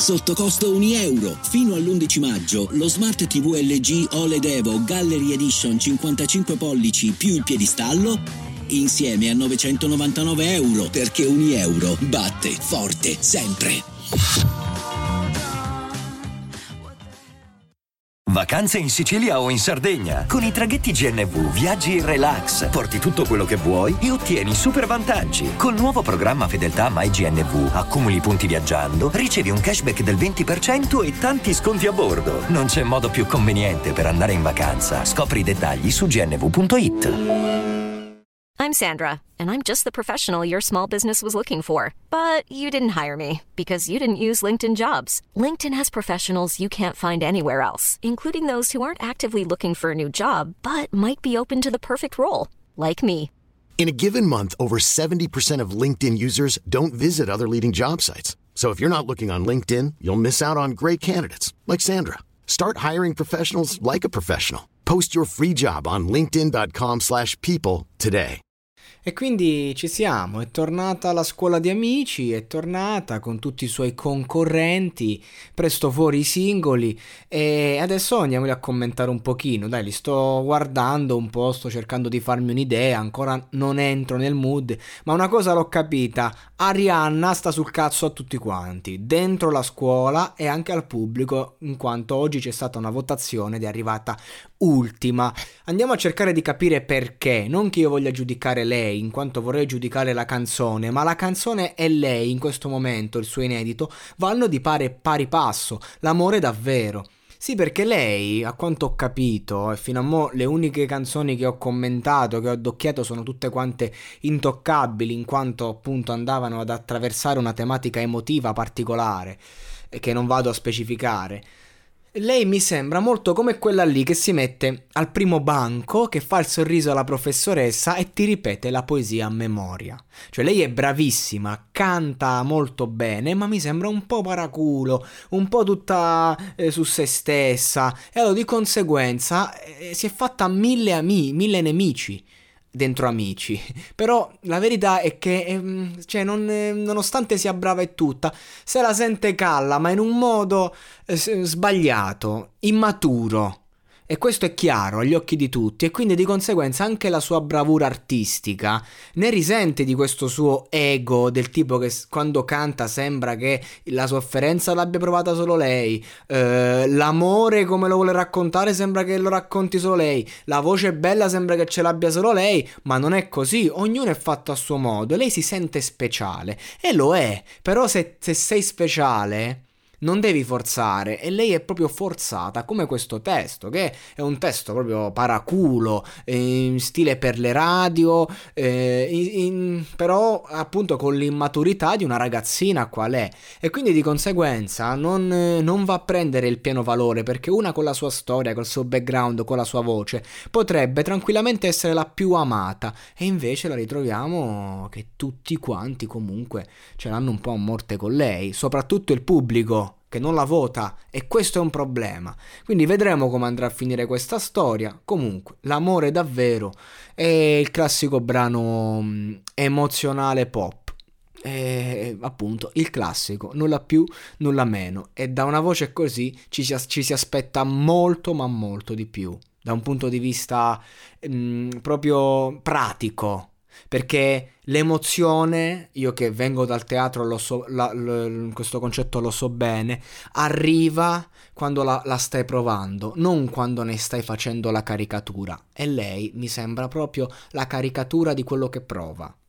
sotto costo €1. Fino all'11 maggio lo Smart TV LG OLED Evo Gallery Edition 55 pollici più il piedistallo insieme a €999, perché €1 batte forte sempre. Vacanze in Sicilia o in Sardegna. Con i traghetti GNV viaggi in relax, porti tutto quello che vuoi e ottieni super vantaggi. Col nuovo programma Fedeltà MyGNV accumuli punti viaggiando, ricevi un cashback del 20% e tanti sconti a bordo. Non c'è modo più conveniente per andare in vacanza. Scopri i dettagli su gnv.it. I'm Sandra, and I'm just the professional your small business was looking for. But you didn't hire me because you didn't use LinkedIn Jobs. LinkedIn has professionals you can't find anywhere else, including those who aren't actively looking for a new job, but might be open to the perfect role, like me. In a given month, over 70% of LinkedIn users don't visit other leading job sites. So if you're not looking on LinkedIn, you'll miss out on great candidates, like Sandra. Start hiring professionals like a professional. Post your free job on linkedin.com/people today. E quindi ci siamo, è tornata la scuola di amici, è tornata con tutti i suoi concorrenti, presto fuori i singoli e adesso andiamoli a commentare un pochino, dai, li sto guardando un po', sto cercando di farmi un'idea, ancora non entro nel mood, ma una cosa l'ho capita, Arianna sta sul cazzo a tutti quanti, dentro la scuola e anche al pubblico, in quanto oggi c'è stata una votazione ed è arrivata ultima. Andiamo a cercare di capire perché, non che io voglia giudicare lei, in quanto vorrei giudicare la canzone, ma la canzone e lei in questo momento, il suo inedito, vanno di pari passo, l'amore davvero. Sì, perché lei, a quanto ho capito, e fino a mo' le uniche canzoni che ho commentato, che ho addocchiato, sono tutte quante intoccabili, in quanto appunto andavano ad attraversare una tematica emotiva particolare, che non vado a specificare. Lei mi sembra molto come quella lì che si mette al primo banco, che fa il sorriso alla professoressa e ti ripete la poesia a memoria. Cioè lei è bravissima, canta molto bene, ma mi sembra un po' paraculo, un po' tutta su se stessa, e allora di conseguenza si è fatta mille nemici dentro Amici. Però la verità è che cioè nonostante sia brava e tutta, se la sente calla, ma in un modo sbagliato, immaturo, e questo è chiaro agli occhi di tutti, e quindi di conseguenza anche la sua bravura artistica ne risente di questo suo ego del tipo che quando canta sembra che la sofferenza l'abbia provata solo lei, l'amore come lo vuole raccontare sembra che lo racconti solo lei, la voce bella sembra che ce l'abbia solo lei, ma non è così, ognuno è fatto a suo modo, lei si sente speciale e lo è, però se sei speciale non devi forzare, e lei è proprio forzata, come questo testo, che è un testo proprio paraculo, in stile per le radio, però appunto con l'immaturità di una ragazzina qual è, e quindi di conseguenza non va a prendere il pieno valore, perché una con la sua storia, col suo background, con la sua voce, potrebbe tranquillamente essere la più amata, e invece la ritroviamo che tutti quanti comunque ce l'hanno un po' a morte con lei, soprattutto il pubblico che non la vota, e questo è un problema. Quindi vedremo come andrà a finire questa storia. Comunque, l'amore davvero è il classico brano emozionale pop. È appunto il classico, nulla più, nulla meno. E da una voce così ci si aspetta molto, ma molto di più. Da un punto di vista proprio pratico. Perché l'emozione, io che vengo dal teatro questo concetto lo so bene, arriva quando la stai provando, non quando ne stai facendo la caricatura, e lei mi sembra proprio la caricatura di quello che prova.